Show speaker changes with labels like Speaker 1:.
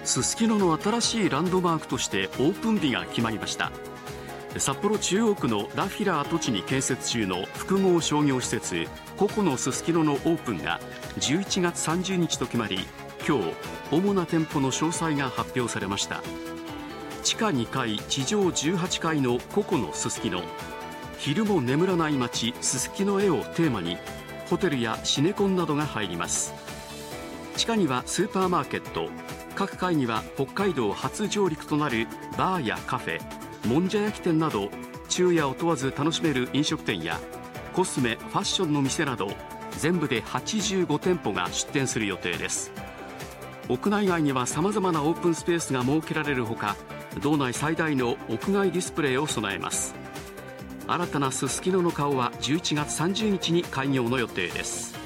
Speaker 1: すすきのの新しいランドマークとしてオープン日が決まりました。札幌中央区のラフィラ跡地に建設中の複合商業施設ココのすすきののオープンが11月30日と決まり、今日主な店舗の詳細が発表されました。地下2階地上18階のココのすすきの、昼も眠らない街すすきのへをテーマにホテルやシネコンなどが入ります。地下にはスーパーマーケット、各階には北海道初上陸となるバーやカフェ、もんじゃ焼き店など昼夜を問わず楽しめる飲食店やコスメ・ファッションの店など全部で85店舗が出店する予定です。屋内外にはさまざまなオープンスペースが設けられるほか、道内最大の屋外ディスプレイを備えます。新たなすすきのの顔は11月30日に開業の予定です。